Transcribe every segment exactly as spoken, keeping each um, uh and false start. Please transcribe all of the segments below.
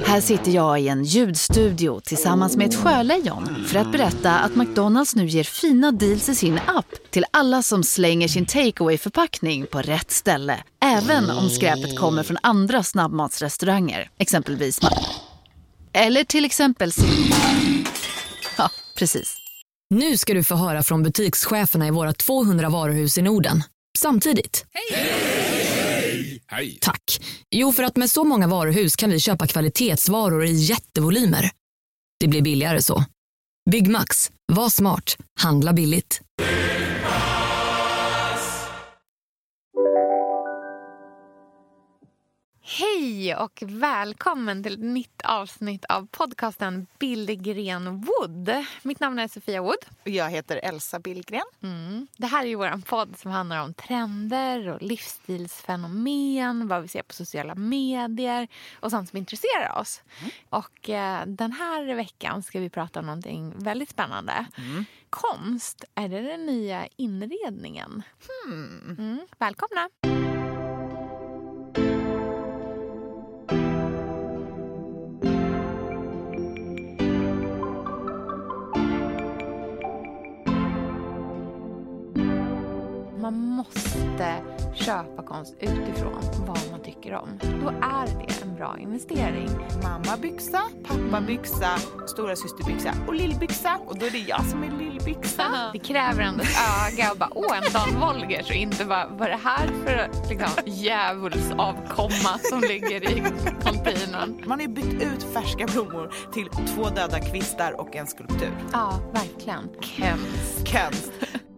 Här sitter jag i en ljudstudio tillsammans med ett sjölejon för att berätta att McDonalds nu ger fina deals i sin app till alla som slänger sin takeaway-förpackning på rätt ställe. Även om skräpet kommer från andra snabbmatsrestauranger, exempelvis Ma- Eller till exempel... Ja, precis. Nu ska du få höra från butikscheferna i våra tvåhundra varuhus i Norden. Samtidigt. Hej! Hej! Hej! Tack. Jo, för att med så många varuhus kan vi köpa kvalitetsvaror i jättevolymer. Det blir billigare så. Byggmax. Var smart. Handla billigt. Hej och välkommen till ett nytt avsnitt av podcasten Billgren Wood. Mitt namn är Sofia Wood. Och jag heter Elsa Billgren. Mm. Det här är ju vår podd som handlar om trender och livsstilsfenomen, vad vi ser på sociala medier och sånt som intresserar oss. Mm. Och eh, den här veckan ska vi prata om någonting väldigt spännande. Mm. Konst, är det den nya inredningen? Hmm. Mm. Välkomna! Man måste köpa konst utifrån vad man tycker om. Då är det en bra investering. Mamma byxa, pappa byxa, stora syster byxa och lillbyxa. Och då är det jag som är lillbyxa. Det kräver ändå ett öga och bara, åh, en Dan Wolgers och inte bara, vad är det här för liksom, djävulsavkomma som ligger i containern? Man har ju bytt ut färska blommor till två döda kvistar och en skulptur. Ja, verkligen. Konst. Konst.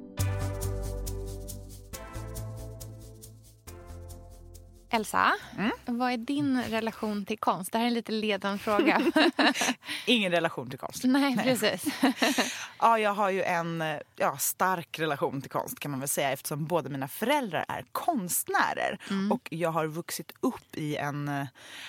Elsa, mm? vad är din relation till konst? Det här är en lite ledande fråga. Ingen relation till konst. Nej, Nej. precis. Ja, jag har ju en ja, stark relation till konst kan man väl säga, eftersom båda mina föräldrar är konstnärer. Mm. Och jag har vuxit upp i en uh,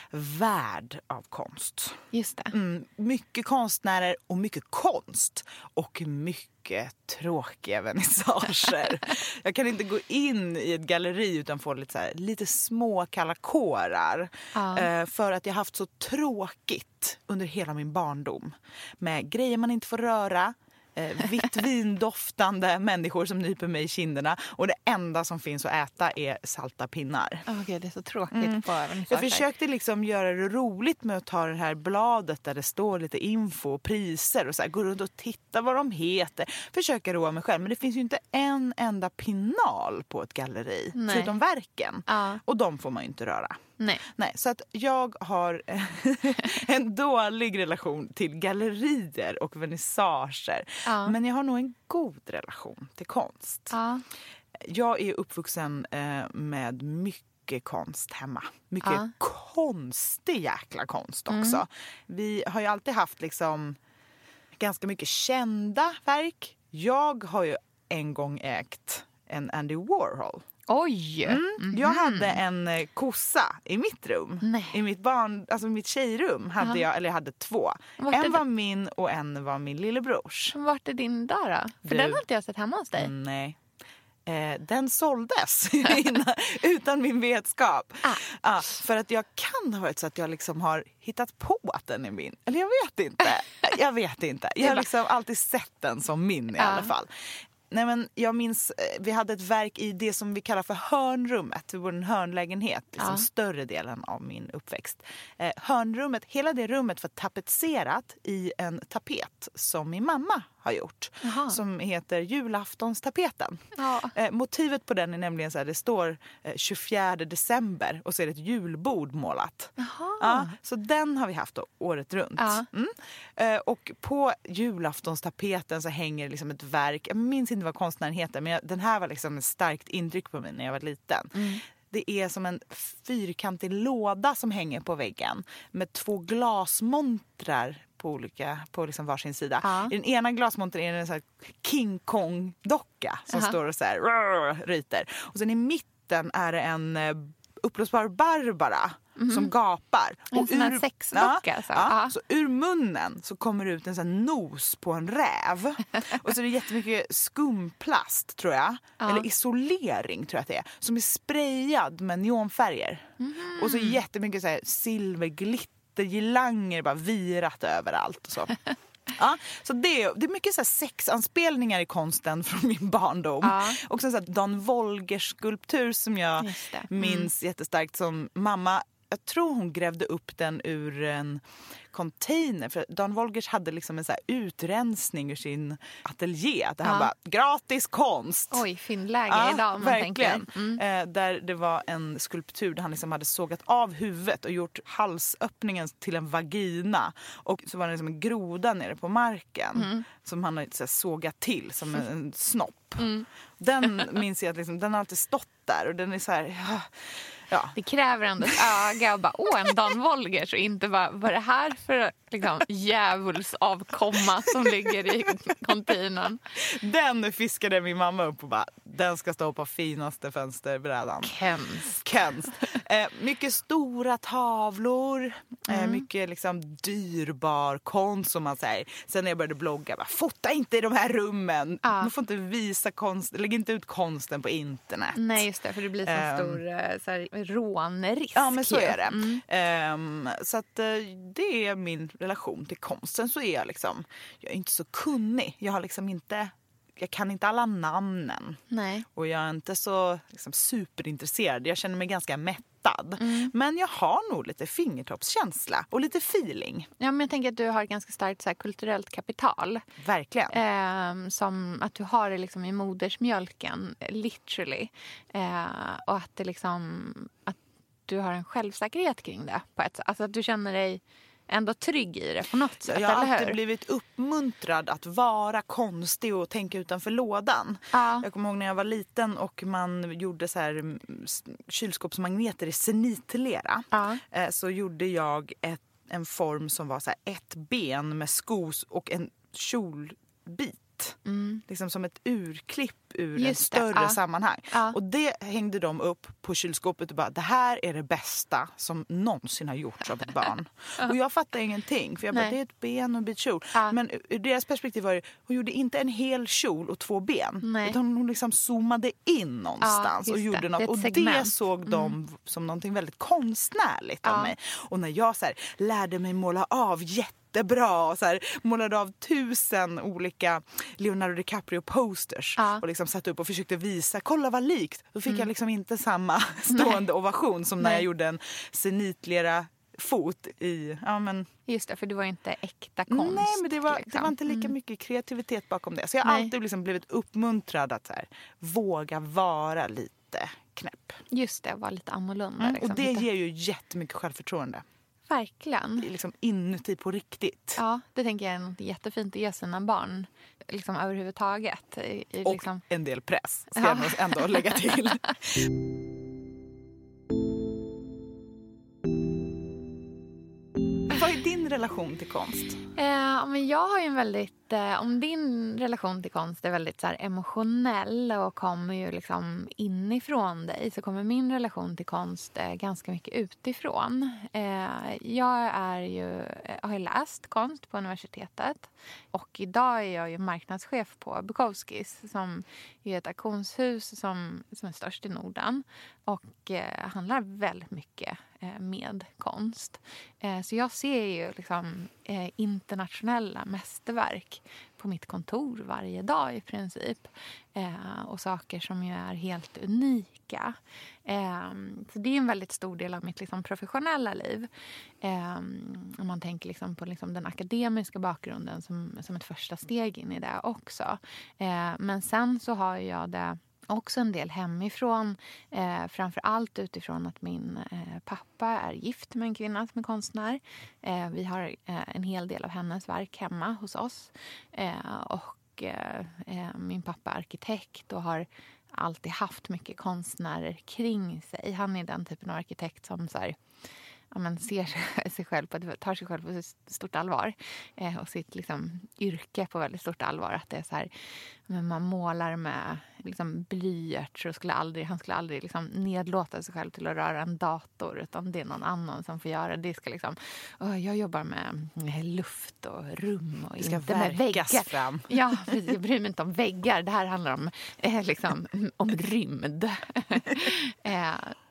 värld av konst. Just det. Mm, mycket konstnärer och mycket konst. Och mycket tråkiga vernissager. Jag kan inte gå in i ett galleri utan få lite, så här, lite små kalla kårar. Ja. Eh, för att jag har haft så tråkigt under hela min barndom. Med grejer man inte får röra. Eh, vitt vindoftande människor som nyper mig i kinderna. Och det enda som finns att äta är salta pinnar. Okej, okay, det är så tråkigt mm. på även. Jag försökte liksom göra det roligt med att ta det här bladet där det står lite info och priser och så här, gå runt och titta vad de heter. Försöka roa mig själv, men det finns ju inte en enda pinnal på ett galleri. Nej. Förutom verken. Ja. Och de får man ju inte röra. Nej. Nej, så att jag har en dålig relation till gallerier och vernissager. Ja. Men jag har nog en god relation till konst. Ja. Jag är uppvuxen eh, med mycket konst hemma. Mycket ja. konstig jäkla konst också. Mm. Vi har ju alltid haft liksom ganska mycket kända verk. Jag har ju en gång ägt en Andy Warhol. Oj! Mm. Mm-hmm. Jag hade en kossa i mitt rum. Nej. I mitt barn, alltså mitt tjejrum hade Aha. jag, eller jag hade två. Vart en var det? Min och en var min lillebrors. Vart är din där då? För du... den har inte jag sett hemma hos dig. Nej. Eh, den såldes utan min vetskap. Ah. Ah, för att jag kan ha varit så att jag liksom har hittat på att den är min. Eller jag vet inte. Jag vet inte. Jag har liksom alltid sett den som min i ah. alla fall. Nej, men jag minns, vi hade ett verk i det som vi kallar för hörnrummet. Vi bodde i en hörnlägenhet, liksom ja. större delen av min uppväxt. Eh, hörnrummet, hela det rummet var tapetserat i en tapet som min mamma har gjort. Aha. Som heter julaftonstapeten. Ja. Eh, motivet på den är nämligen så här, det står eh, tjugofjärde december och så är det ett julbord målat. Ja, så den har vi haft då, året runt. Ja. Mm. Eh, och på julaftonstapeten så hänger liksom ett verk, jag minns inte vad konstnären heter, men jag, den här var liksom ett starkt intryck på mig när jag var liten. Mm. Det är som en fyrkantig låda som hänger på väggen med två glasmontrar på olika, på liksom varsin sida. Ja. I den ena glasmontern är det en sån här King Kong-docka som Aha. står och så här rrr, ryter. Och sen i mitten är det en uppblåsbar Barbara mm-hmm. som gapar. En och sån här sexdocka. Ja, alltså. ja, så ur munnen så kommer det ut en sån nos på en räv. Och så är det jättemycket skumplast, tror jag. Ja. Eller isolering, tror jag att det är. Som är sprayad med neonfärger. Mm-hmm. Och så jättemycket så här silverglitter glittergirlanger bara virat överallt och så. Ja, så det, det är mycket så här sexanspelningar i konsten från min barndom. Ja. Och så här Dan Wolgers skulptur som jag mm. minns jättestarkt som mamma. Jag tror hon grävde upp den ur en container. För Dan Wolgers hade liksom en så här utrensning ur sin ateljé. Där ja. han bara, gratis konst. Oj, fyndläge ja, idag. Man verkligen. Mm. Eh, där det var en skulptur där han liksom hade sågat av huvudet och gjort halsöppningen till en vagina. Och så var det liksom en groda nere på marken. Mm. Som han hade så här, sågat till som en, en snopp. Mm. Den minns jag att liksom, den har alltid stått där. Och den är så här... Ja, ja. Det kräver ändå ett öga och bara, åh, en Dan Wolgers och inte bara, vad är det här för liksom, djävulsavkomma som ligger i containern? Den fiskade min mamma upp och bara, den ska stå på finaste fönsterbrädan. Kenst. Kenst. Eh, mycket stora tavlor, mm. eh, mycket liksom dyrbar konst som man säger. Sen när jag började blogga, bara, fota inte i de här rummen. Ja. Man får inte visa konst, lägg inte ut konsten på internet. Nej, just det, för det blir så um, stor så här, rånrisk. Ja, men så är det. Mm. Um, så att uh, det är min relation till konsten. Så är jag liksom, jag är inte så kunnig. Jag har liksom inte, jag kan inte alla namnen. Nej. Och jag är inte så liksom, superintresserad. Jag känner mig ganska mättad. Mm. Men jag har nog lite fingertoppskänsla och lite feeling. Ja, men jag tänker att du har ganska starkt så här, kulturellt kapital. Verkligen. Eh, som att du har det liksom i modersmjölken, literally. Eh, och att det liksom, att du har en självsäkerhet kring det på ett sätt. Alltså att du känner dig ändå trygg i det på något sätt, jag har eller alltid hur? blivit uppmuntrad att vara konstig och tänka utanför lådan. Ja. Jag kommer ihåg när jag var liten och man gjorde så här kylskåpsmagneter i senitlera. Ja. Så gjorde jag ett, en form som var så här ett ben med skos och en kjolbit. Mm. Liksom som ett urklipp ur Just ett större ja. sammanhang. Ja. Och det hängde de upp på kylskåpet och bara, det här är det bästa som någonsin har gjorts av ett barn. Ja. Och jag fattar ingenting. För jag bara, det är ett ben och en bit kjol. Ja. Men ur deras perspektiv var det, hon gjorde inte en hel kjol och två ben. Nej. Utan hon liksom zoomade in någonstans ja, och gjorde det. något. Det och segment. det såg de mm. som någonting väldigt konstnärligt ja. av mig. Och när jag så här, lärde mig måla av jätte jättebra och så här, målade av tusen olika Leonardo DiCaprio-posters ja. och liksom satt upp och försökte visa, kolla vad likt. Då fick mm. jag liksom inte samma stående Nej. ovation som när Nej. jag gjorde en senitlera fot i, ja men... Just det, för det var inte äkta konst. Nej, men det var, liksom. det var inte lika mm. mycket kreativitet bakom det. Så jag har Nej. alltid liksom blivit uppmuntrad att så här, våga vara lite knäpp. Just det, vara lite annorlunda. Mm. Liksom. Och det ger ju jättemycket självförtroende. Verkligen. Liksom inuti på riktigt. Ja, det tänker jag är något jättefint att ge sina barn. Liksom överhuvudtaget. I, i, och liksom... en del press, ska ja. jag ändå lägga till. Vad är din relation till konst? Eh, men jag har ju en väldigt, eh, om din relation till konst är väldigt så här, emotionell och kommer ju liksom inifrån dig, så kommer min relation till konst eh, ganska mycket utifrån. Eh, jag är ju, eh, har ju läst konst på universitetet och idag är jag ju marknadschef på Bukowskis som är ett auktionshus som, som är störst i Norden och eh, handlar väldigt mycket eh, med konst. Eh, så jag ser ju liksom eh, internationella mästerverk på mitt kontor varje dag i princip. Eh, och saker som ju är helt unika. Eh, så det är en väldigt stor del av mitt liksom, professionella liv. Eh, om man tänker liksom, på liksom, den akademiska bakgrunden som, som ett första steg in i det också. Eh, men sen så har jag det också en del hemifrån, eh, framför allt utifrån att min eh, pappa är gift med en kvinna som är konstnär. Eh, vi har eh, en hel del av hennes verk hemma hos oss. Eh, och eh, min pappa är arkitekt och har alltid haft mycket konstnärer kring sig. Han är den typen av arkitekt som så här, ja, men ser sig själv på, tar sig själv på stort allvar eh, och sitt liksom, yrke på väldigt stort allvar. Att det är så här, men man målar med liksom, blyerts och skulle aldrig, han skulle aldrig liksom, nedlåta sig själv till att röra en dator, utan det är någon annan som får göra det. Ska liksom, oh, jag jobbar med luft och rum och det ska inte med väggar. Fram. Ja, jag bryr mig inte om väggar. Det här handlar om, eh, liksom, om rymd. eh,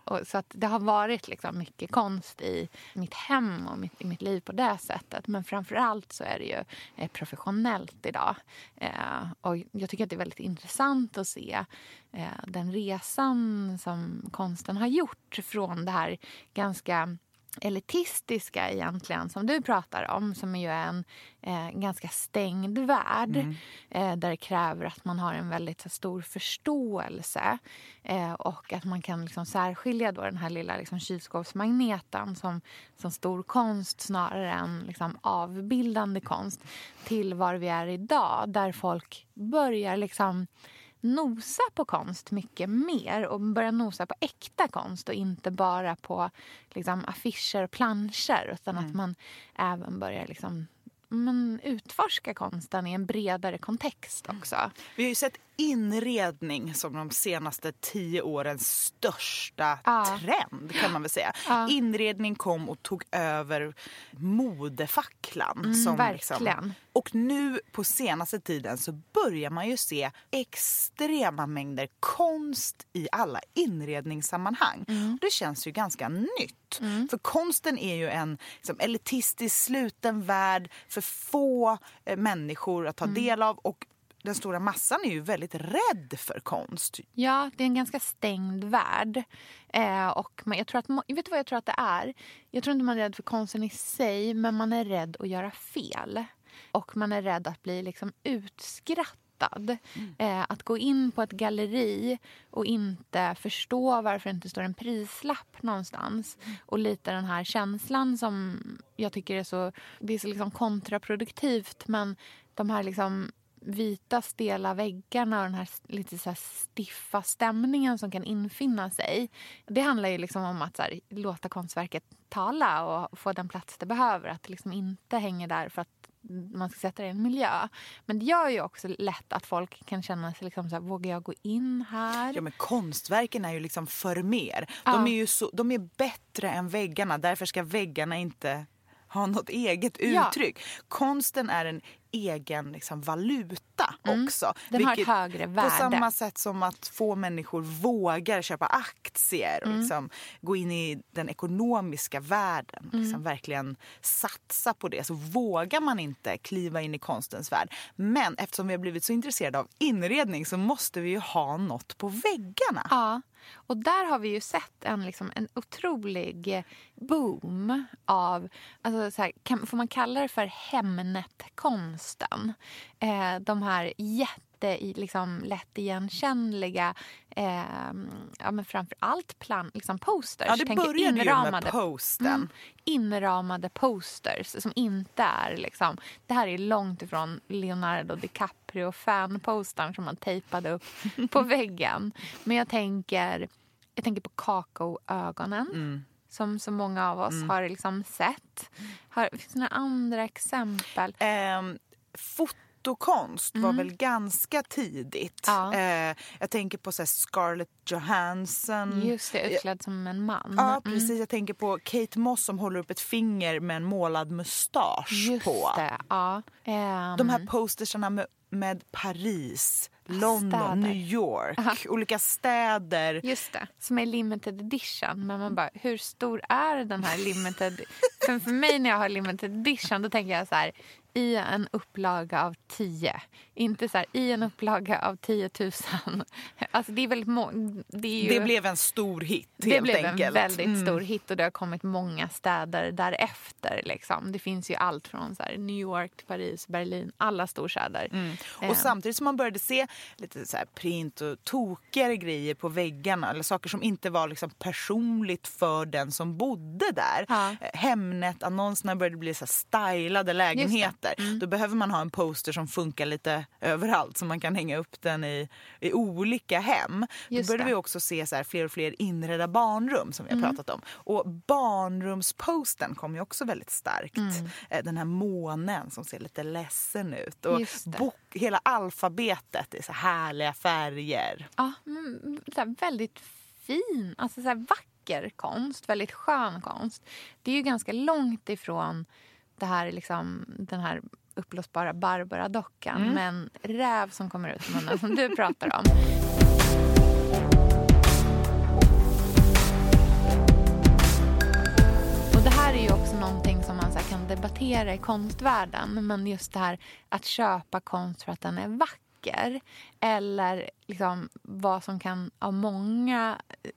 och så att det har varit liksom mycket konst i mitt hem och mitt, i mitt liv på det sättet. Men framförallt så är det ju eh, professionellt idag. Eh, och jag tycker att det är väldigt intressant att se eh, den resan som konsten har gjort från det här ganska elitistiska egentligen som du pratar om, som är ju en eh, ganska stängd värld mm. eh, där det kräver att man har en väldigt så, stor förståelse eh, och att man kan liksom särskilja då den här lilla liksom, kylskåpsmagneten som, som stor konst snarare än liksom, avbildande konst till var vi är idag, där folk börjar liksom nosa på konst mycket mer och börja nosa på äkta konst och inte bara på liksom, affischer och planscher, utan mm. att man även börjar liksom, men, utforska konsten i en bredare kontext också. Mm. Vi har ju sett inredning som de senaste tio årens största ja. trend, kan man väl säga. Ja. Inredning kom och tog över modefacklan. Mm, som verkligen. Liksom, och nu på senaste tiden så börjar man ju se extrema mängder konst i alla inredningssammanhang. Mm. Det känns ju ganska nytt. Mm. För konsten är ju en liksom, elitistisk sluten värld för få eh, människor att ta mm. del av, och den stora massan är ju väldigt rädd för konst. Ja, det är en ganska stängd värld. Eh, och man, jag tror att, vet du vad jag tror att det är? Jag tror inte man är rädd för konsten i sig, men man är rädd att göra fel. Och man är rädd att bli liksom utskrattad. Mm. Eh, att gå in på ett galleri och inte förstå varför det inte står en prislapp någonstans. Mm. Och lite den här känslan som jag tycker är så, det är så liksom kontraproduktivt, men de här liksom vita stela väggarna och den här lite så här stiffa stämningen som kan infinna sig. Det handlar ju liksom om att så här, låta konstverket tala och få den plats det behöver. Att det liksom inte hänger där för att man ska sätta det i en miljö. Men det gör ju också lätt att folk kan känna sig liksom så här, vågar jag gå in här? Ja, men konstverken är ju liksom för mer. Ja. De är ju så, de är bättre än väggarna. Därför ska väggarna inte ha något eget uttryck. Ja. Konsten är en egen liksom, valuta mm. också. Den har ett högre värde. På samma sätt som att få människor vågar köpa aktier och mm. liksom, gå in i den ekonomiska världen. Mm. Liksom, verkligen satsa på det. Så vågar man inte kliva in i konstens värld. Men eftersom vi har blivit så intresserade av inredning så måste vi ju ha något på väggarna. Ja. Och där har vi ju sett en, liksom, en otrolig boom av, alltså, så här, kan, får man kalla det för Hemnet-konsten. Eh, de här jätte, liksom, lätt igenkännliga, eh, ja, men framför allt plan, liksom posters. Ja, det Tänker började inramade, ju med posten. Mm, inramade posters som inte är, liksom, det här är långt ifrån Leonardo DiCaprio fan-postern som man tejpade upp på väggen. Men jag tänker, jag tänker på Kakao-ögonen. Mm. Som så många av oss mm. har liksom sett. Har, finns det några andra exempel? Um, fotokonst mm. var väl ganska tidigt. Ja. Uh, jag tänker på så här, Scarlett Johansson. Just det, utklädd som en man. Ja, precis. Mm. Jag tänker på Kate Moss som håller upp ett finger med en målad mustasch Just på. Just det, ja. Um. De här postersarna med, med Paris, London, städer. New York, Aha. olika städer. Just det, som är limited edition. Men man bara, hur stor är den här limited? för, för mig när jag har limited edition, då tänker jag så här, i en upplaga av tio. Inte så här, i en upplaga av tiotusen. Alltså det är väldigt må- det, är ju, det blev en stor hit, helt Det blev enkelt. en väldigt mm. stor hit och det har kommit många städer därefter. Liksom. Det finns ju allt från så här, New York, Paris, Berlin, alla storstäder. Mm. Och eh. samtidigt som man började se lite så här print och tokigare grejer på väggarna, eller saker som inte var liksom personligt för den som bodde där. Ja. Hemnet-annonserna började bli så här stylade lägenheter. Mm. Då behöver man ha en poster som funkar lite överallt så man kan hänga upp den i, i olika hem. Just Då började det. vi också se så här fler och fler inredda barnrum som vi har Mm. pratat om. Och barnrumsposten kom ju också väldigt starkt. Mm. Den här månen som ser lite ledsen ut. Och Just det. bok, hela alfabetet är så härliga färger. Ja, men, så här, väldigt fin, alltså så här, vacker konst, väldigt skön konst. Det är ju ganska långt ifrån det här, liksom, den här uppblåsbara Barbara-dockan mm. med en räv som kommer ut i munnen som du pratar om. någonting som man så här kan debattera i konstvärlden. Men just det här att köpa konst för att den är vacker. Eller liksom vad som kan av många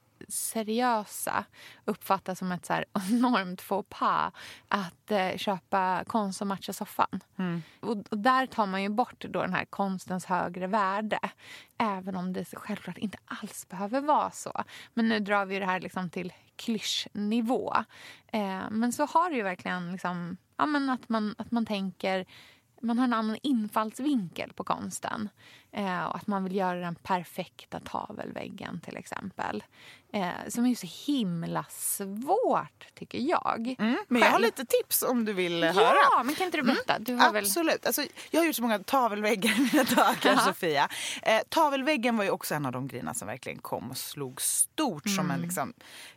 seriösa uppfattas som ett så här enormt faux pas att eh, köpa konst som matchar soffan. Mm. Och, och där tar man ju bort då den här konstens högre värde. Även om det självklart inte alls behöver vara så. Men nu drar vi det här liksom till klyschnivå. Eh, men så har det ju verkligen liksom, ja, men att, man, att man tänker... Man har en annan infallsvinkel på konsten. Eh, och att man vill göra den perfekta tavelväggen till exempel. Eh, som är ju så himla svårt tycker jag. Mm, men jag har lite tips om du vill ja, höra. Ja, men kan inte du berätta? Du har Absolut. Väl... Alltså, jag har gjort så många tavelväggar i mina dagar, Sofia. Eh, tavelväggen var ju också en av de grejerna som verkligen kom och slog stort mm. som en liksom...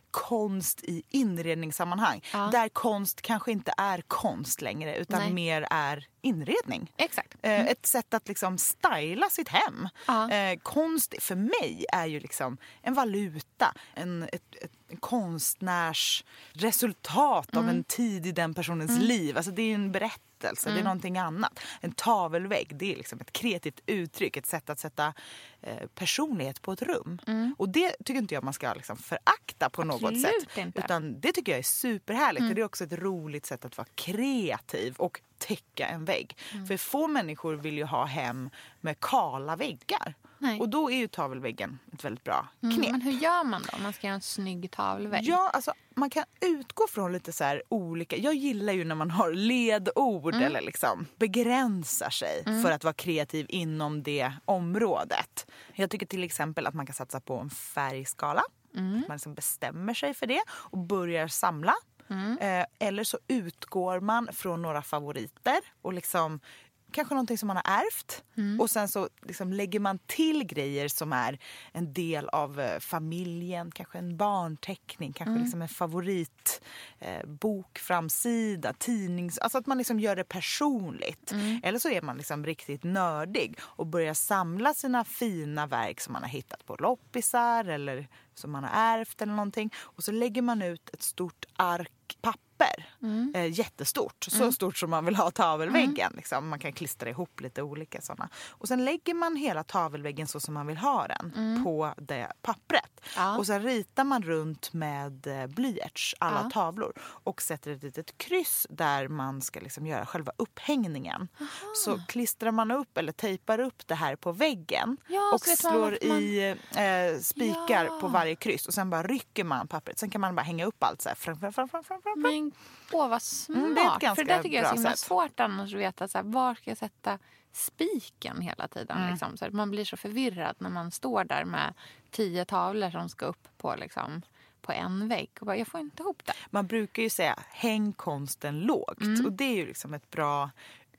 konst i inredningssammanhang. Ja. Där konst kanske inte är konst längre utan Nej. mer är inredning. Exakt. Mm. Eh, ett sätt att liksom styla sitt hem. Ja. Eh, konst för mig är ju liksom en valuta. En, ett, ett, en konstnärs resultat mm. av en tid i den personens mm. liv. Alltså det är en berättelse. Mm. Det är någonting annat. En tavelvägg, det är liksom ett kreativt uttryck. Ett sätt att sätta eh, personlighet på ett rum. Mm. Och det tycker inte jag man ska liksom förakta på Absolut något sätt. Inte. Utan det tycker jag är superhärligt. Mm. Det är också ett roligt sätt att vara kreativ och täcka en vägg. Mm. För få människor vill ju ha hem med kala väggar. Nej. Och då är ju tavelväggen ett väldigt bra knep. Mm, men hur gör man då om man ska göra en snygg tavelvägg? Ja, alltså man kan utgå från lite så här olika... Jag gillar ju när man har ledord mm. eller liksom begränsar sig mm. för att vara kreativ inom det området. Jag tycker till exempel att man kan satsa på en färgskala. Mm. Att man liksom bestämmer sig för det och börjar samla. Mm. Eh, eller så utgår man från några favoriter och liksom... kanske någonting som man har ärvt. Mm. Och sen så liksom lägger man till grejer som är en del av eh, familjen. Kanske en barnteckning. Kanske mm. liksom en favorit eh, bokframsida, tidnings... Alltså att man liksom gör det personligt. Mm. Eller så är man liksom riktigt nördig och börjar samla sina fina verk som man har hittat på loppisar eller som man har ärvt eller någonting. Och så lägger man ut ett stort ark papper. Mm. Eh, jättestort. Så mm. stort som man vill ha tavelväggen. Mm. Liksom. Man kan klistra ihop lite olika sådana. Och sen lägger man hela tavelväggen så som man vill ha den mm. på det pappret. Ja. Och sen ritar man runt med blyerts alla ja. tavlor. Och sätter ett litet kryss där man ska liksom göra själva upphängningen. Aha. Så klistrar man upp eller tejpar upp det här på väggen. Ja, och slår man... i eh, spikar ja. på varje kryss. Och sen bara rycker man pappret. Sen kan man bara hänga upp allt så här. Fram, fram, fram, fram, fram, fram. Men åh, vad smart. Mm, det är ett ganska för det tycker jag är så himla sätt. svårt annars att veta så här, var ska jag sätta spiken hela tiden. Mm. Liksom. Så man blir så förvirrad när man står där med tio tavlor som ska upp på, liksom, på en vägg. Och bara, jag får inte ihop det. Man brukar ju säga häng konsten lågt. Mm. Och det är ju liksom ett bra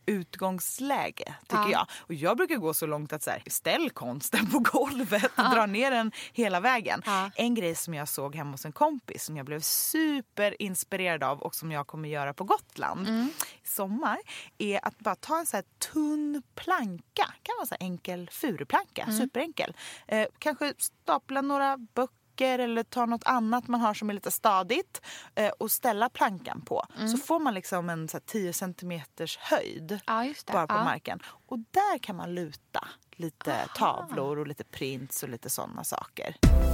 utgångsläge, tycker ja. jag. Och jag brukar gå så långt att så här, ställ konsten på golvet och ja. dra ner den hela vägen. Ja. En grej som jag såg hemma hos en kompis som jag blev superinspirerad av och som jag kommer göra på Gotland mm. i sommar är att bara ta en så här tunn planka. Kan vara så här enkel furuplanka, mm. superenkel. Eh, kanske stapla några böcker eller ta något annat man har som är lite stadigt eh, och ställa plankan på. Mm. Så får man liksom en så här, tio centimeters höjd ja, just det. bara på ja. marken. Och där kan man luta lite Aha. tavlor och lite prints och lite sådana saker.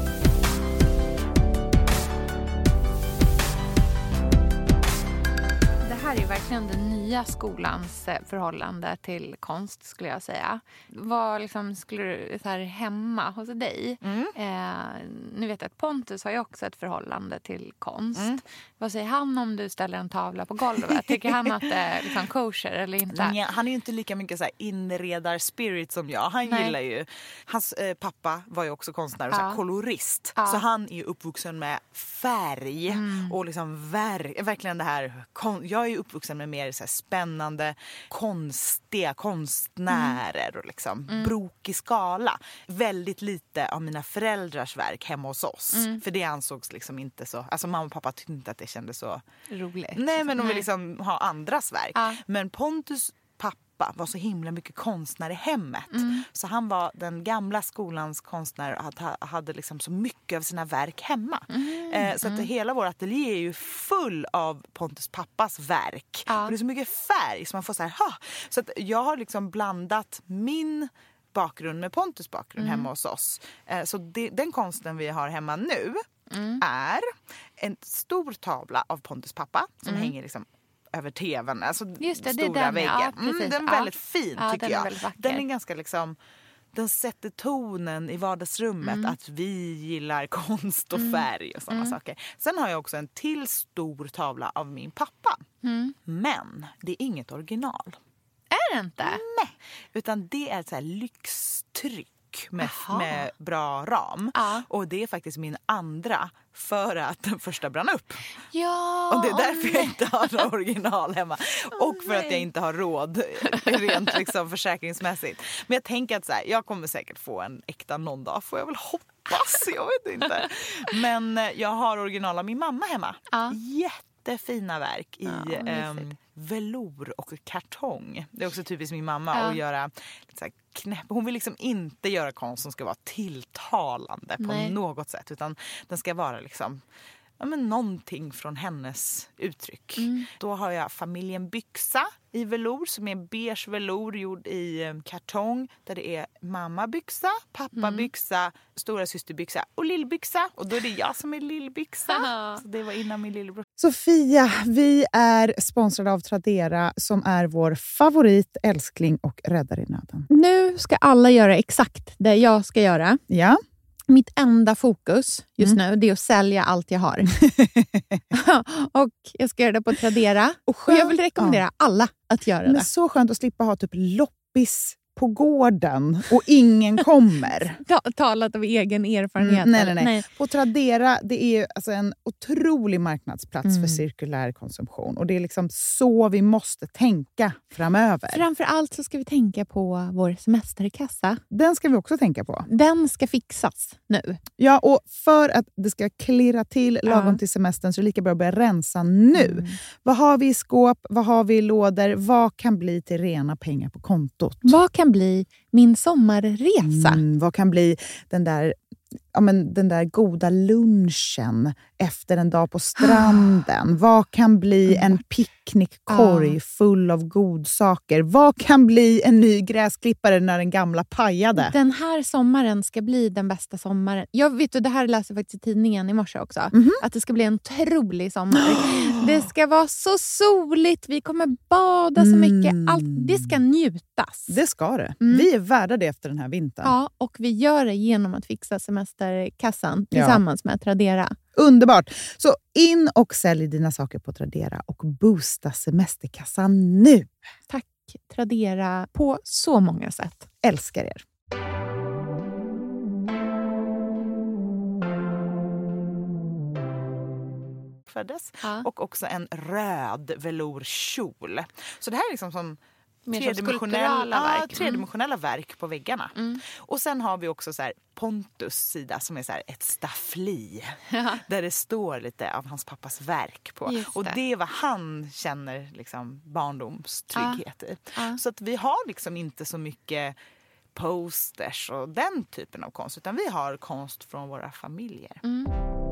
Det här är ju verkligen den nya skolans förhållande till konst, skulle jag säga. Vad liksom skulle du så här hemma hos dig? Mm. Eh, nu vet jag att Pontus har ju också ett förhållande till konst. Mm. Vad säger han om du ställer en tavla på golvet? Tycker han att det är liksom kosher eller inte? Ja, han är ju inte lika mycket så här inredar-spirit som jag. Han Nej. gillar ju... Hans eh, pappa var ju också konstnär och ja. så här kolorist. Ja. Så han är ju uppvuxen med färg mm. och liksom ver- verkligen det här... Kon- jag är ju uppvuxen med mer så här spännande, konstiga konstnärer mm. och liksom mm. brokig skala. Väldigt lite av mina föräldrars verk hemma hos oss. Mm. För det ansågs liksom inte så... Alltså mamma och pappa tyckte inte att det kändes så... roligt. Nej, men de vill liksom ha andras verk. Ja. Men Pontus pappa pappa var så himla mycket konstnär i hemmet. Mm. Så han var den gamla skolans konstnär och hade liksom så mycket av sina verk hemma. Mm. Eh, så att mm. hela vår ateljé är ju full av Pontus pappas verk. Ja. Och det är så mycket färg så man får så här, ha! Så att jag har liksom blandat min bakgrund med Pontus bakgrund mm. hemma hos oss. Eh, så det, den konsten vi har hemma nu mm. är en stor tavla av Pontus pappa som mm. hänger liksom över tvn, alltså just det, stora det är den, väggen. ja, mm, den är väldigt ja. fin ja, tycker den jag. Är den är ganska liksom, den sätter tonen i vardagsrummet mm. att vi gillar konst och färg och sådana mm. saker. Sen har jag också en till stor tavla av min pappa. Mm. Men det är inget original. Är det inte? Nej, utan det är ett så här lyxtryck med, med bra ram. Ja. Och det är faktiskt min andra för att den första brann upp. Ja, och det är därför jag inte har några original hemma. Och för nej. att jag inte har råd rent liksom försäkringsmässigt. Men jag tänker att så här, jag kommer säkert få en äkta någon dag. Får jag väl hoppas, jag vet inte. Men jag har original av min mamma hemma. Ja. Jättefina verk i ja, um, velour och kartong. Det är också typiskt min mamma ja. att göra lite så här knäpp. Hon vill liksom inte göra konst som ska vara tilltalande Nej. på något sätt. Utan den ska vara liksom ja, men någonting från hennes uttryck. Mm. Då har jag familjen Byxa i velour som är beige velour gjord i kartong. Där det är mamma byxa, pappa mm. byxa, stora syster byxa och lillbyxa. Och då är det jag som är lillbyxa. Så det var innan min lillebror. Sofia, vi är sponsrade av Tradera som är vår favorit, älskling och räddare i nöden. Nu ska alla göra exakt det jag ska göra. Ja. Mitt enda fokus just mm. nu det är att sälja allt jag har. Och jag ska göra det på Tradera. Och, skönt, och jag vill rekommendera ja. alla att göra Men det. Så skönt att slippa ha typ loppis på gården och ingen kommer. Talat av egen erfarenhet. Mm, nej, nej, nej, nej. På Tradera, det är alltså en otrolig marknadsplats mm. för cirkulär konsumtion. Och det är liksom så vi måste tänka framöver. Framförallt så ska vi tänka på vår semesterkassa. Den ska vi också tänka på. Den ska fixas nu. Ja, och för att det ska klirra till lagom ja. till semestern så är det lika bra att börja rensa nu. Mm. Vad har vi i skåp? Vad har vi i lådor? Vad kan bli till rena pengar på kontot? Vad kan bli min sommarresa? Mm, vad kan bli den där, ja, men den där goda lunchen efter en dag på stranden? Ah. Vad kan bli en picknickkorg ah. full av godsaker? Vad kan bli en ny gräsklippare när den gamla pajade? Den här sommaren ska bli den bästa sommaren. Jag vet, och det här läser jag faktiskt i tidningen i morse också. Mm-hmm. Att det ska bli en otrolig sommar. Oh. Det ska vara så soligt. Vi kommer bada så mycket. Mm. Allt, det ska njutas. Det ska det. Mm. Vi är värda det efter den här vintern. Ja, och vi gör det genom att fixa semesterkassan tillsammans ja. med Tradera. Underbart! Så in och sälj dina saker på Tradera och boosta semesterkassan nu. Tack Tradera på så många sätt. Älskar er. Ja. Och också en röd velourkjol. Så det här är liksom som tredimensionella, verk. tredimensionella mm. verk på väggarna. Mm. Och sen har vi också så här Pontus sida som är så här ett staffli. Ja. Där det står lite av hans pappas verk på. Just och det. det är vad han känner liksom barndomstrygghet ja. i. Ja. Så att vi har liksom inte så mycket posters och den typen av konst. Utan vi har konst från våra familjer. Mm.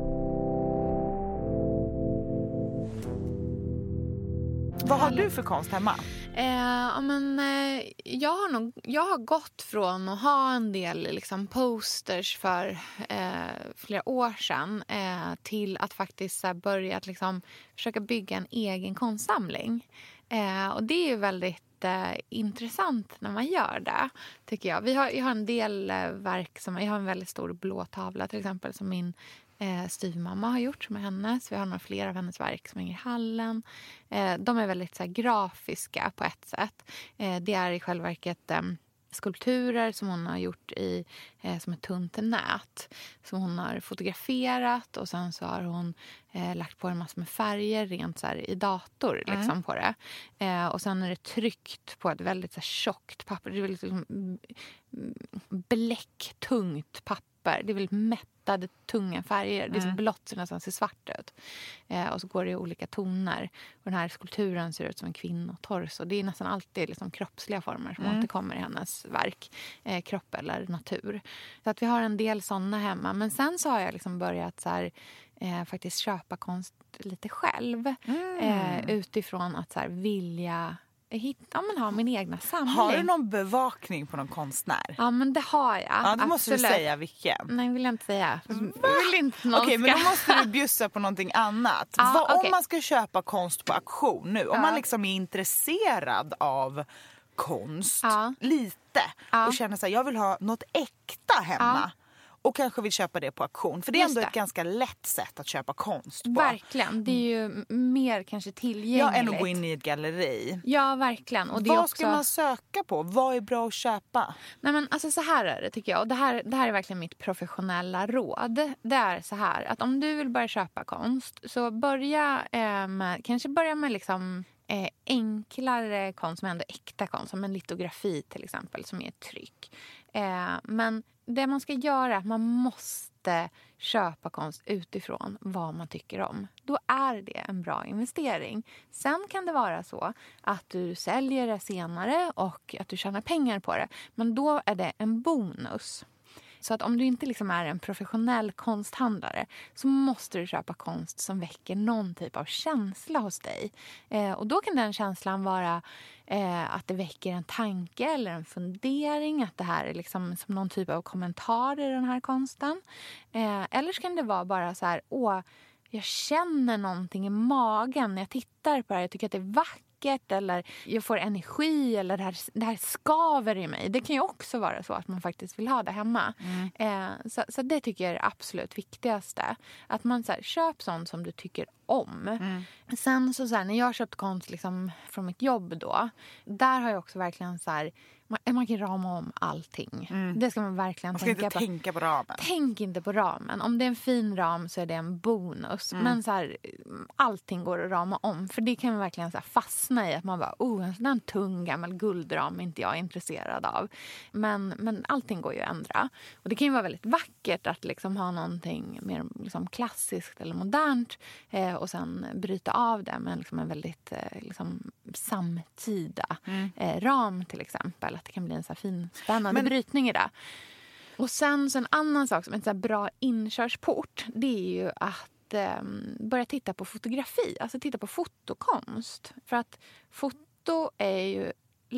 Vad har du för konst hemma? Eh, men, eh, jag, har nog, jag har gått från att ha en del liksom, posters för eh, flera år sedan eh, till att faktiskt så här, börja att, liksom, försöka bygga en egen konstsamling. Eh, och det är ju väldigt eh, intressant när man gör det, tycker jag. Vi har, jag har en del eh, verk, som, jag har en väldigt stor blå tavla till exempel som min Eh, styvmamma har gjort som är hennes. Vi har några fler av hennes verk som hänger i hallen. Eh, de är väldigt så här, grafiska på ett sätt. Eh, det är i själva verket eh, skulpturer som hon har gjort i eh, som ett tunt nät. Som hon har fotograferat och sen så har hon eh, lagt på en massa med färger rent så här, i dator liksom, mm. på det. Eh, och sen är det tryckt på ett väldigt så här, tjockt papper. Det är väldigt liksom, bläcktungt papper. Det är väldigt mättade, tunga färger. Det är så Mm. blått så det nästan ser svart ut. Eh, och så går det i olika toner. Och den här skulpturen ser ut som en kvinnotorso. Det är nästan alltid liksom, kroppsliga former som Mm. återkommer i hennes verk. Eh, kropp eller natur. Så att vi har en del sådana hemma. Men sen så har jag liksom börjat så här, eh, faktiskt köpa konst lite själv. Mm. Eh, utifrån att så här, vilja hitta, men ha min egna samling. Har du någon bevakning på någon konstnär? Ja, men det har jag. Ja, då måste du Absolut. säga vilken. Nej, vill jag inte säga. Jag vill inte någon Okej, ska... men då måste du bjussa på någonting annat. Ja, Vad, okej. Om man ska köpa konst på auktion nu, om Ja. man liksom är intresserad av konst Ja. lite Ja. och känner så här, jag vill ha något äkta hemma. Och kanske vill köpa det på auktion. För det är Just ändå det. ett ganska lätt sätt att köpa konst på. Verkligen. Det är ju m- mer kanske tillgängligt. Ja, än att gå in i ett galleri. Ja, verkligen. Och det är Vad också... ska man söka på? Vad är bra att köpa? Nej, men alltså så här är det tycker jag. Och det här, det här är verkligen mitt professionella råd. Det är så här att om du vill börja köpa konst så börja eh, med, kanske börja med liksom eh, enklare konst som är ändå äkta konst. Som en litografi till exempel som är ett tryck. Eh, men det man ska göra är att man måste köpa konst utifrån vad man tycker om. Då är det en bra investering. Sen kan det vara så att du säljer det senare och att du tjänar pengar på det. Men då är det en bonus. Så att om du inte liksom är en professionell konsthandlare så måste du köpa konst som väcker någon typ av känsla hos dig. Eh, och då kan den känslan vara eh, att det väcker en tanke eller en fundering. Att det här är liksom som någon typ av kommentar i den här konsten. Eh, eller så kan det vara bara så här, åh, jag känner någonting i magen när jag tittar på det här. Jag tycker att det är vackert. Eller jag får energi eller det här, det här skaver i mig. Det kan ju också vara så att man faktiskt vill ha det hemma. Mm. Eh, så, så det tycker jag är det absolut viktigaste. Att man så här, köp sånt som du tycker om. Mm. Sen så, så här, när jag har köpt konst liksom, från mitt jobb då. Där har jag också verkligen så här, man, man kan rama om allting. Mm. Det ska man verkligen man ska tänka inte på. tänka på ramen. Tänk inte på ramen. Om det är en fin ram så är det en bonus. Mm. Men så här, allting går att rama om. För det kan man verkligen så här, fastna i. Att man bara, oh, en sån där tung gammal guldram är inte jag intresserad av. Men, men allting går ju att ändra. Och det kan ju vara väldigt vackert att liksom ha någonting mer liksom, klassiskt eller modernt. Eh, och sen bryta av det med liksom, en väldigt eh, liksom, samtida mm. eh, ram till exempel. Att det kan bli en så här fin, spännande men... brytning i det. Och sen så en annan sak som är en så här bra inkörsport, det är ju att eh, börja titta på fotografi. Alltså titta på fotokonst. För att foto är ju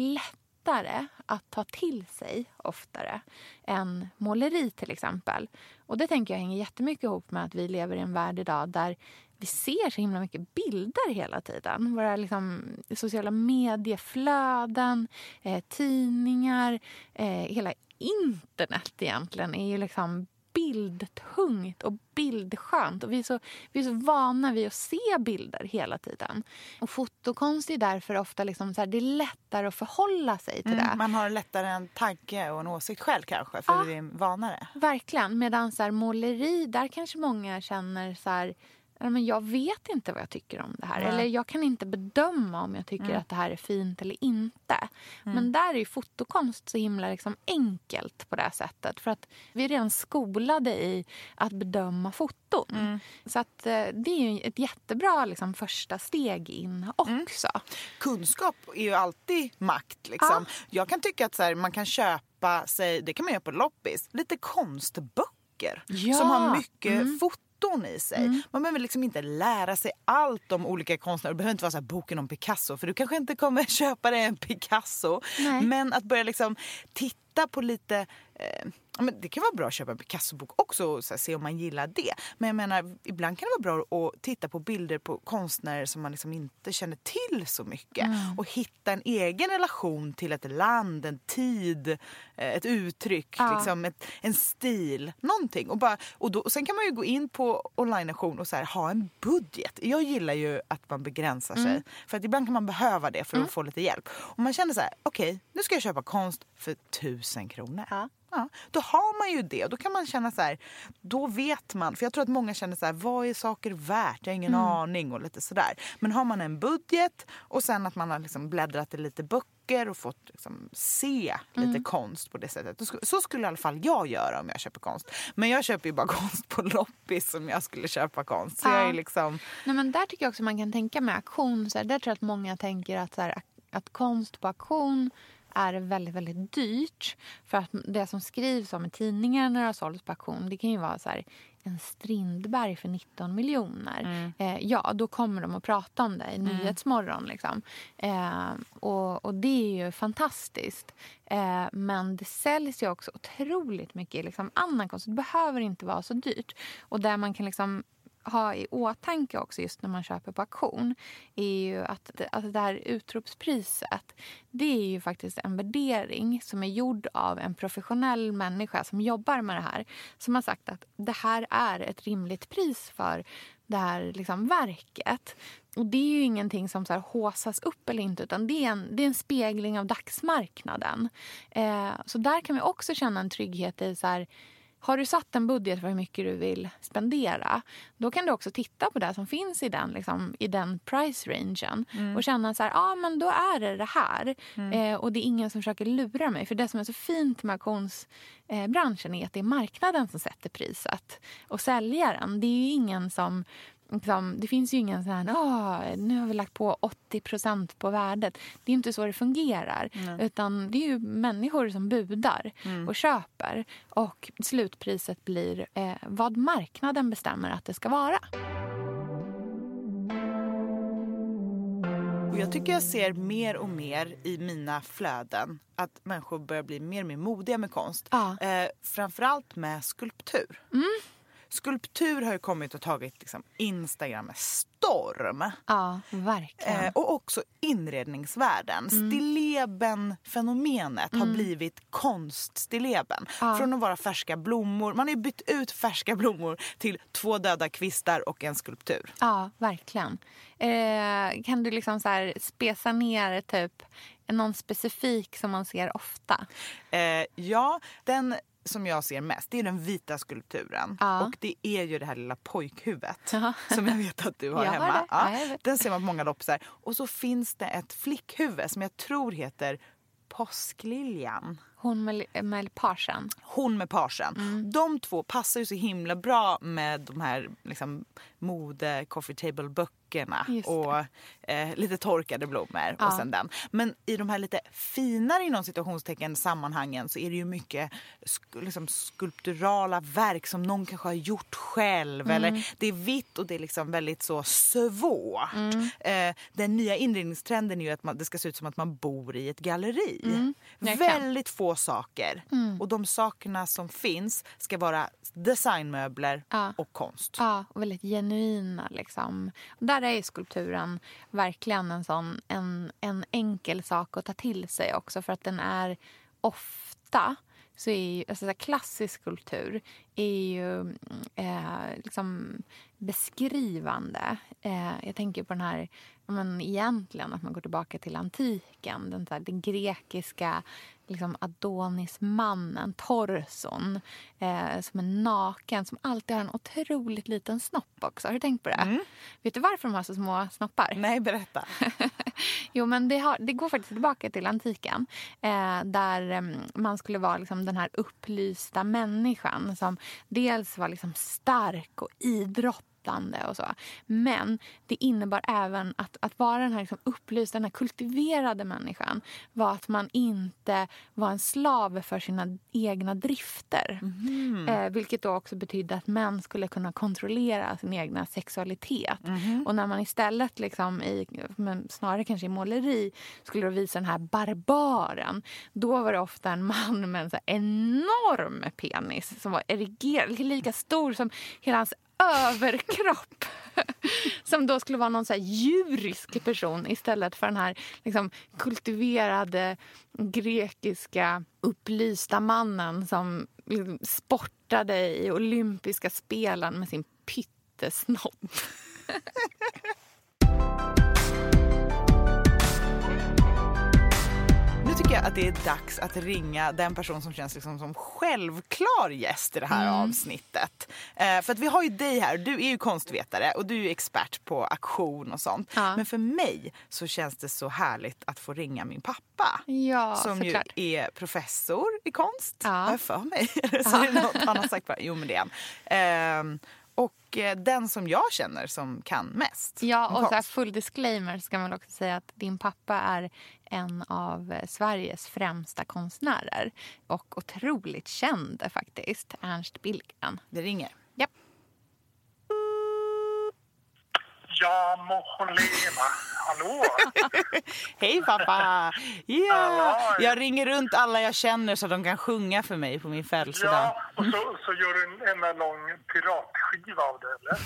lättare att ta till sig oftare än måleri till exempel. Och det tänker jag hänger jättemycket ihop med att vi lever i en värld idag där vi ser så himla mycket bilder hela tiden. Våra liksom, sociala medieflöden, eh, tidningar, eh, hela internet egentligen är ju liksom bildtungt och bildskönt. Och vi är så, vi är så vana vid att se bilder hela tiden. Och fotokonst är därför ofta liksom så här, det är lättare att förhålla sig till mm, det. Man har lättare en tanke och en åsikt själv kanske, för ja, vi är vanare. Verkligen. Medan så här, måleri, där kanske många känner så här, men jag vet inte vad jag tycker om det här. Mm. Eller jag kan inte bedöma om jag tycker mm. att det här är fint eller inte. Mm. Men där är ju fotokonst så himla liksom enkelt på det här sättet. För att vi är redan skolade i att bedöma foton. Mm. Så att det är ju ett jättebra liksom, första steg in också. Mm. Kunskap är ju alltid makt. Liksom. Ja. Jag kan tycka att så här, man kan köpa sig, det kan man göra på loppis, lite konstböcker. Ja. Som har mycket mm. foton i sig. Mm. Man behöver liksom inte lära sig allt om olika konstnärer. Det behöver inte vara så här boken om Picasso, för du kanske inte kommer köpa dig en Picasso. Nej. Men att börja liksom titta på lite eh, men det kan vara bra att köpa en Picasso-bok också och så här, se om man gillar det. Men jag menar, ibland kan det vara bra att titta på bilder på konstnärer som man liksom inte känner till så mycket. Mm. Och hitta en egen relation till ett land, en tid, ett uttryck, ja. liksom ett, en stil, någonting. Och, bara, och, då, och sen kan man ju gå in på online-nation och så här, ha en budget. Jag gillar ju att man begränsar sig. Mm. För att ibland kan man behöva det för att mm. få lite hjälp. Och man känner så här, okej, okay, nu ska jag köpa konst för tusen tusen kronor. Ja. Ja, då har man ju det och då kan man känna så här, då vet man, för jag tror att många känner så här, vad är saker värt? Jag har ingen mm. aning och lite sådär. Men har man en budget och sen att man har liksom bläddrat i lite böcker och fått liksom se lite mm. konst på det sättet. Så skulle i alla fall jag göra om jag köper konst. Men jag köper ju bara konst på loppis som jag skulle köpa konst. Så ja. jag är liksom... Nej, men där tycker jag också man kan tänka med auktion. Så här, där tror jag att många tänker att, så här, att konst på auktion är väldigt, väldigt dyrt. För att det som skrivs om i tidningar när det har sålts på auktion, det kan ju vara så här, en Strindberg för nitton miljoner. Mm. Eh, ja, då kommer de att prata om det i mm. Nyhetsmorgon. Liksom. Eh, och, och det är ju fantastiskt. Eh, men det säljs ju också otroligt mycket liksom, annan konst. Det behöver inte vara så dyrt. Och där man kan liksom ha i åtanke också just när man köper på auktion är ju att, att det här utropspriset, det är ju faktiskt en värdering som är gjord av en professionell människa som jobbar med det här, som har sagt att det här är ett rimligt pris för det här liksom verket. Och det är ju ingenting som så här håsas upp eller inte, utan det är en, det är en spegling av dagsmarknaden. Eh, så där kan vi också känna en trygghet i så här, har du satt en budget för hur mycket du vill spendera, då kan du också titta på det som finns i den, liksom, i den price-rangen mm. och känna så här, ja ah, men då är det det här. Mm. Eh, och det är ingen som försöker lura mig. För det som är så fint med auktionsbranschen är att det är marknaden som sätter priset. Och säljaren, det är ju ingen som... Liksom, det finns ju ingen sån här, oh, nu har vi lagt på åttio procent på värdet. Det är inte så det fungerar. Mm. Utan det är ju människor som budar mm. och köper. Och slutpriset blir eh, vad marknaden bestämmer att det ska vara. Och jag tycker jag ser mer och mer i mina flöden att människor börjar bli mer och mer modiga med konst. Ja. Eh, framförallt med skulptur. Mm. Skulptur har ju kommit och tagit liksom, Instagram med storm. Ja, verkligen. Eh, och också inredningsvärlden. Mm. Stilleben-fenomenet mm. har blivit konststilleben. Ja. Från att vara färska blommor. Man har ju bytt ut färska blommor till två döda kvistar och en skulptur. Ja, verkligen. Eh, kan du liksom så här spesa ner typ någon specifik som man ser ofta? Eh, ja, den... som jag ser mest, det är den vita skulpturen. Ja. Och det är ju det här lilla pojkhuvudet ja. som jag vet att du har jag hemma. Har ja, ja, den ser man på många loppisar. Och så finns det ett flickhuvud som jag tror heter Påskliljan. Hon med, med parsen. Hon med parsen. Mm. De två passar ju så himla bra med de här liksom, mode coffee table böckerna och eh, lite torkade blommor ja. och sen den. Men i de här lite finare inom situationstecken sammanhangen så är det ju mycket sk- liksom, skulpturala verk som någon kanske har gjort själv. Mm. Eller det är vitt och det är liksom väldigt så svårt. Mm. Eh, den nya inredningstrenden är ju att man, det ska se ut som att man bor i ett galleri. Mm. Väldigt få saker. Mm. Och de sakerna som finns ska vara designmöbler ja. och konst. Ja, och väldigt genuina liksom. Och där är skulpturen verkligen en sån en, en enkel sak att ta till sig också, för att den är ofta så är ju, alltså, klassisk skulptur är ju eh, liksom beskrivande. Eh, jag tänker på den här, men egentligen att man går tillbaka till antiken, den, där, den grekiska liksom Adonismannen, torson, eh, som är naken, som alltid har en otroligt liten snopp också. Har du tänkt på det? Mm. Vet du varför de har så små snoppar? Nej, berätta. Jo, men det, har, det går faktiskt tillbaka till antiken. Eh, där eh, man skulle vara liksom den här upplysta människan som dels var liksom stark och idrott och så. Men det innebar även att, att vara den här liksom upplysta, den här kultiverade människan var att man inte var en slav för sina egna drifter. Mm. Eh, vilket då också betydde att män skulle kunna kontrollera sin egna sexualitet. Mm. Och när man istället liksom i, men snarare kanske i måleri skulle då visa den här barbaren, då var det ofta en man med en så enorm penis som var erigerad, lika stor som hela hans överkropp, som då skulle vara någon så här djurisk person istället för den här liksom kultiverade grekiska upplysta mannen som liksom sportade i olympiska spelen med sin pyttesnopp. Nu tycker jag att det är dags att ringa den person som känns liksom som självklar gäst i det här mm. avsnittet. Eh, för att vi har ju dig här, du är ju konstvetare och du är expert på auktion och sånt. Ja. Men för mig så känns det så härligt att få ringa min pappa. Ja, som ju klart. är professor i konst. Ja. Vad är för mig? Så är det något han har sagt bara. Jo, men det är han. Eh, och den som jag känner som kan mest. Ja, och så här full disclaimer ska man också säga att din pappa är en av Sveriges främsta konstnärer. Och otroligt känd faktiskt, Ernst Billgren. Det ringer. Japp. Ja, må hon leva. Hallå? Hej pappa! Ja, jag ringer runt alla jag känner så att de kan sjunga för mig på min födelsedag. Ja, och så, så gör du en enda lång piratskiva av det, eller?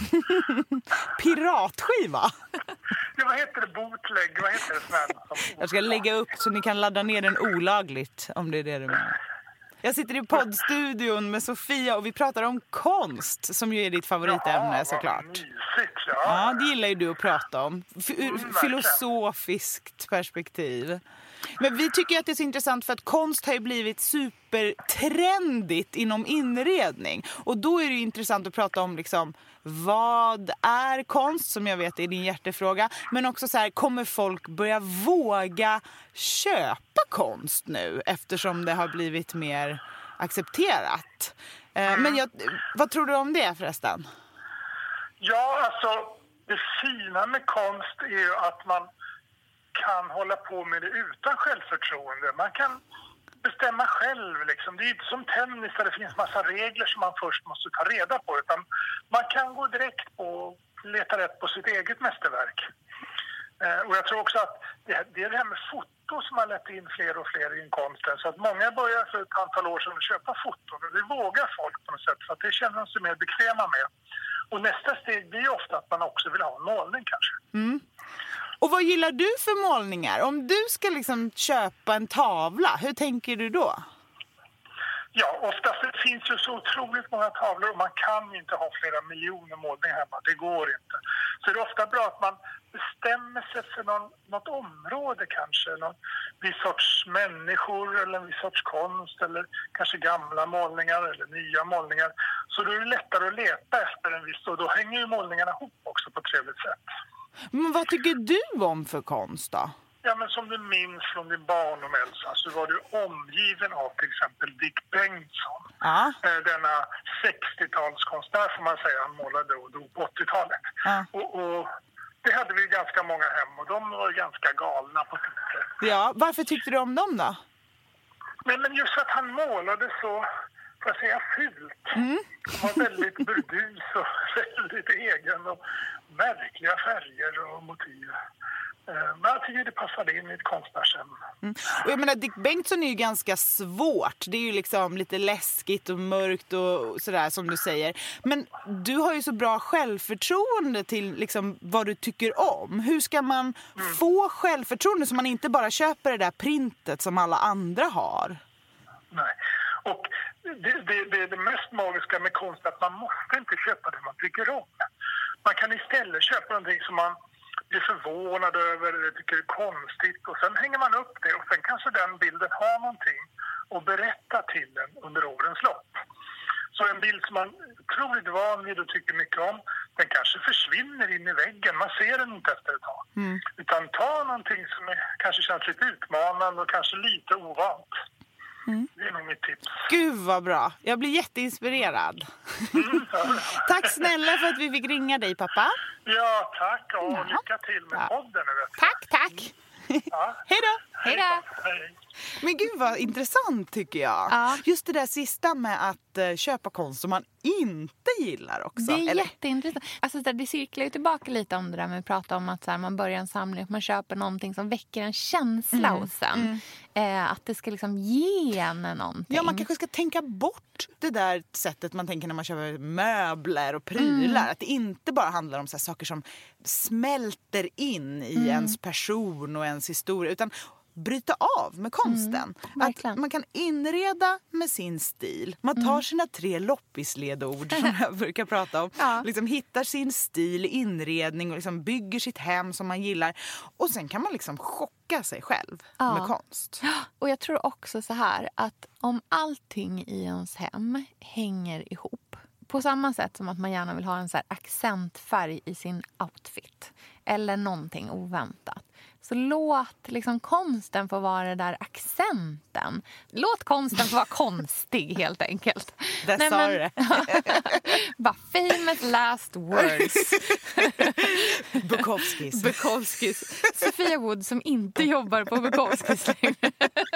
Piratskiva? Ja, vad heter det? Bootleg? Vad heter det? Snäll, jag ska lägga upp så ni kan ladda ner den olagligt, om det är det du menar. Jag sitter i poddstudion med Sofia och vi pratar om konst som ju är ditt favoritämne. Ja, såklart. Mysigt, ja. Ja, det gillar ju du att prata om. F- ur mm, filosofiskt perspektiv. Men vi tycker att det är så intressant för att konst har ju blivit supertrendigt inom inredning. Och då är det ju intressant att prata om liksom, vad är konst, som jag vet är din hjärtefråga. Men också så här, kommer folk börja våga köpa konst nu eftersom det har blivit mer accepterat? Mm. Men jag, vad tror du om det förresten? Ja, alltså det fina med konst är ju att man kan hålla på med det utan självförtroende. Man kan bestämma själv. Liksom. Det är inte som tennis där det finns massa regler som man först måste ta reda på. Utan man kan gå direkt på och leta rätt på sitt eget mästerverk. Eh, och jag tror också att det, det är det här med foto som har lett in fler och fler i konsten. Så att många börjar för ett antal år sedan köpa foton. Och det vågar folk på något sätt. För att det känner de sig mer bekväma med. Och nästa steg blir ofta att man också vill ha en målning kanske. Mm. Och vad gillar du för målningar? Om du ska liksom köpa en tavla, hur tänker du då? Ja, oftast det finns ju så otroligt många tavlor och man kan inte ha flera miljoner målningar hemma. Det går inte. Så det är ofta bra att man bestämmer sig för någon, något område kanske. Någon viss sorts människor eller en viss sorts konst eller kanske gamla målningar eller nya målningar. Så då är det lättare att leta efter en viss och då hänger ju målningarna ihop också på ett trevligt sätt. Men vad tycker du om för konst då? Ja, men som du minns från din barndom, Elsa, så var du omgiven av till exempel Dick Bengtsson. Ja. Denna sextiotalskonstnär får man säga, han målade och dog på åttiotalet. Ja. Och, och det hade vi ganska många hem och de var ganska galna på sitt sätt. Ja, varför tyckte du om dem då? Nej, men just att han målade så, får jag säga, fult. Mm. Han var väldigt burdus och väldigt egen och märkliga färger och motiv. Men jag tycker det passade in i ett konstnärsämne. Mm. Och jag menar, Dick Bengtsson är ju ganska svårt. Det är ju liksom lite läskigt och mörkt och sådär som du säger. Men du har ju så bra självförtroende till liksom vad du tycker om. Hur ska man mm. få självförtroende så man inte bara köper det där printet som alla andra har? Nej, och det, det, det är det mest magiska med konst att man måste inte köpa det man tycker om. Man kan istället köpa någonting som man blir förvånad över eller tycker är konstigt och sen hänger man upp det och sen kanske den bilden har någonting att berätta till den under årens lopp. Så en bild som man är otroligt van vid och tycker mycket om, den kanske försvinner in i väggen. Man ser den inte efter ett tag. Mm. Utan ta någonting som är, kanske känns lite utmanande och kanske lite ovant. Mm. Det är nog mitt tips. Gud vad bra. Jag blir jätteinspirerad. Mm, ja. Tack snälla för att vi fick ringa dig, pappa. Ja, tack. Och ja. Lycka till med ja. podden. Tack, tack. Ja. Hej då. Hej då. Hej. Men gud vad intressant tycker jag. Ja. Just det där sista med att uh, köpa konst som man inte gillar också. Det är eller? jätteintressant. Alltså, det cirklar ju tillbaka lite om det där med att prata om att så här, man börjar en samling och man köper någonting som väcker en känsla mm. hos en. Mm. Eh, att det ska liksom ge en någonting. Ja, man kanske ska tänka bort det där sättet man tänker när man köper möbler och prylar. Mm. Att det inte bara handlar om så här saker som smälter in i mm. ens person och ens historia. Utan bryta av med konsten. Mm, att man kan inreda med sin stil. Man tar mm. sina tre loppisledord som jag brukar prata om. Ja. Liksom hittar sin stil, inredning och liksom bygger sitt hem som man gillar. Och sen kan man liksom chocka sig själv ja. med konst. Och jag tror också så här att om allting i ens hem hänger ihop. På samma sätt som att man gärna vill ha en så här accentfärg i sin outfit. Eller någonting oväntat. Så låt liksom konsten få vara det där accenten. Låt konsten få vara konstig helt enkelt. Det Nej, sa men, det. Bara famous last words. Bukowskis. Bukowskis. Sofia Wood som inte jobbar på Bukowskis längre.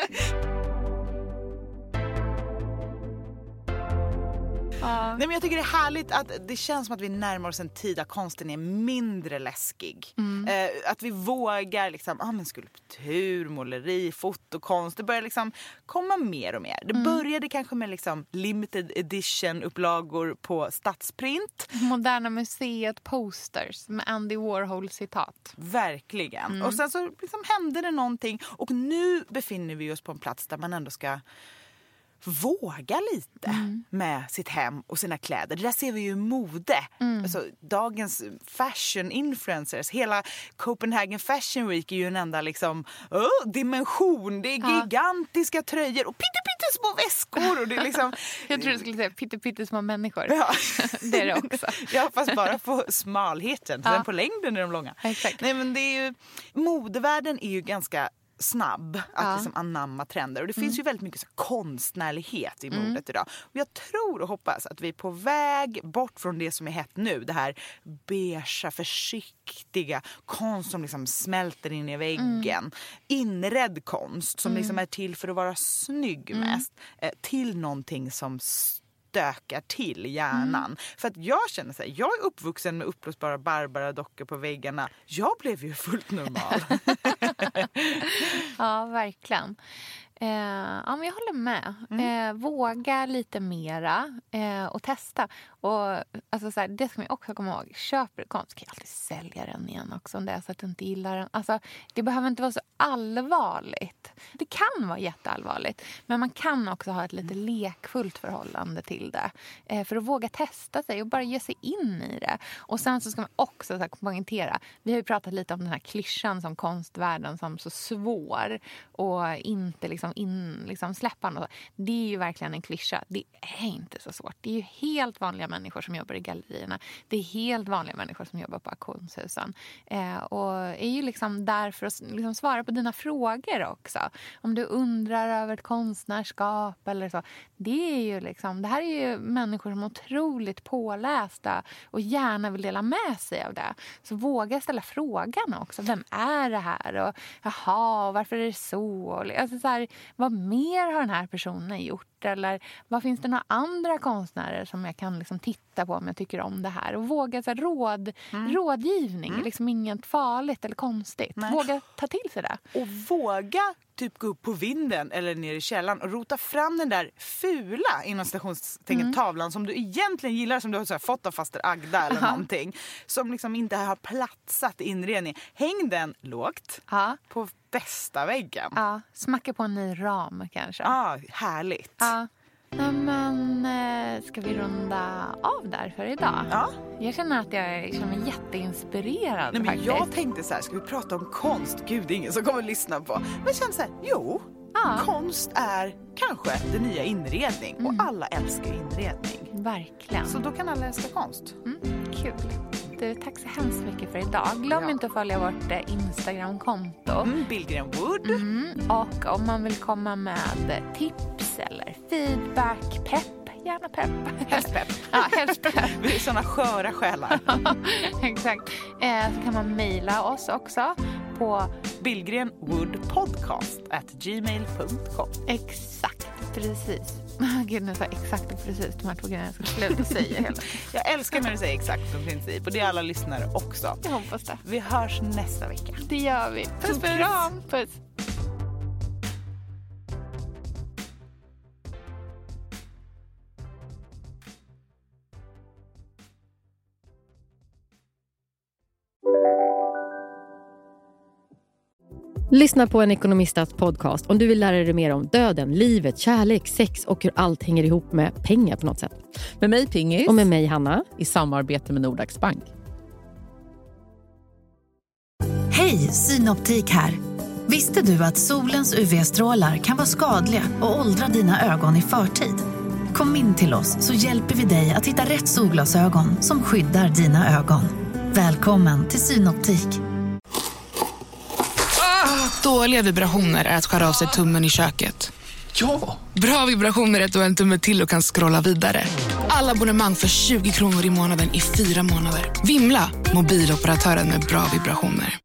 Ja. Nej, men jag tycker det är härligt att det känns som att vi närmar oss en tid där konsten är mindre läskig. Mm. Eh, att vi vågar liksom, ah, men skulptur, måleri, fotokonst. Det börjar liksom komma mer och mer. Det mm. började kanske med liksom limited edition upplagor på Stadsprint. Moderna museet posters med Andy Warhol citat. Verkligen. Mm. Och sen så liksom hände det någonting. Och nu befinner vi oss på en plats där man ändå ska våga lite mm. med sitt hem och sina kläder. Det där ser vi ju i mode. Mm. Alltså, dagens fashion influencers, hela Copenhagen Fashion Week är ju en enda liksom, oh, dimension. Det är ja. gigantiska tröjor och pyttesmå väskor. Och det är liksom, jag tror du skulle säga pyttesmå människor. Ja. Det är det också. Ja, fast bara på smalheten. Ja. Sen på längden är de långa. Exakt. Nej, men det är ju, modevärlden är ju ganska snabb att ja. liksom anamma trender. Och det finns mm. ju väldigt mycket så konstnärlighet i modet mm. idag. Och jag tror och hoppas att vi är på väg bort från det som är hett nu. Det här beige, försiktiga konst som liksom smälter in i väggen. Mm. Inredd konst som mm. liksom är till för att vara snygg mm. mest. Eh, till någonting som stökar till hjärnan. Mm. För att jag känner så här, jag är uppvuxen med uppblåsbara Barbara-dockor på väggarna. Jag blev ju fullt normal. Ja, verkligen. Eh, ja, men jag håller med. Mm. Eh, våga lite mera eh, och testa. Och alltså, så här, det ska man också komma ihåg. Köper du konst kan jag alltid sälja den igen också om det är så att du inte gillar den. Alltså, det behöver inte vara så allvarligt. Det kan vara jätteallvarligt. Men man kan också ha ett lite lekfullt förhållande till det. Eh, för att våga testa sig och bara ge sig in i det. Och sen så ska man också så här, poängtera. Vi har ju pratat lite om den här klyschan som konstvärlden som så svår. Och inte liksom in, liksom släppa något. Det är ju verkligen en klyscha. Det är inte så svårt. Det är ju helt vanliga människor som jobbar i gallerierna. Det är helt vanliga människor som jobbar på auktionshusen. Eh, och är ju liksom där för att liksom svara på dina frågor också. Om du undrar över ett konstnärskap eller så. Det är ju liksom, det här är ju människor som är otroligt pålästa och gärna vill dela med sig av det. Så våga ställa frågan också. Vem är det här? Och jaha, varför är det så? Alltså så här, vad mer har den här personen gjort? Eller vad finns det några andra konstnärer som jag kan liksom titta på om jag tycker om det här? Och våga så här, råd, mm. rådgivning är liksom inget farligt eller konstigt. Nej. Våga ta till sig det. Och våga typ gå upp på vinden eller ner i källaren och rota fram den där fula inom stationstänket mm. tavlan som du egentligen gillar, som du har så här, fått av faster Agda eller Aha. någonting. Som liksom inte har platsat i inredningen. Häng den lågt Aha. på bästa väggen. Ja, smacka på en ny ram kanske. Ja, härligt. Ja. Nej, men ska vi runda av där för idag? Ja. Jag känner att jag känner mig jätteinspirerad. Nej, men faktiskt. Jag tänkte så här, ska vi prata om konst? Gud, det är ingen som kommer att lyssna på. Men jag känner så här, jo, ja. konst är kanske det nya inredning. Mm. Och alla älskar inredning. Verkligen. Så då kan alla älska konst. Mm, kul. Du, tack så hemskt mycket för idag. Glöm ja. inte att följa vårt eh, Instagram-konto. Mm, Billgren Wood. Mm, och om man vill komma med tips eller feedback, pepp, gärna pepp. Helst pepp. Ja, helst pepp. Vi är såna sköra själar. Exakt. Eh, så kan man mejla oss också på billgrenwoodpodcast at gmail dot com. Exakt, precis. Gud, nu sa jag exakt och precis de här två grejerna jag ska sluta säga hela. Jag älskar när du säger exakt och princip. Och det är alla lyssnare också. Jag hoppas det. Vi hörs nästa vecka. Det gör vi. Puss, puss. Kram. Puss. Lyssna på en ekonomistats podcast om du vill lära dig mer om döden, livet, kärlek, sex och hur allt hänger ihop med pengar på något sätt. Med mig Pingis. Och med mig Hanna. I samarbete med Nordax Bank. Hej, Synoptik här. Visste du att solens U V-strålar kan vara skadliga och åldra dina ögon i förtid? Kom in till oss så hjälper vi dig att hitta rätt solglasögon som skyddar dina ögon. Välkommen till Synoptik. Dåliga vibrationer är att skära av sig tummen i köket. Ja! Bra vibrationer är att du har en tumme till och kan scrolla vidare. Alla abonnemang för tjugo kronor i månaden i fyra månader. Vimla, mobiloperatören med bra vibrationer.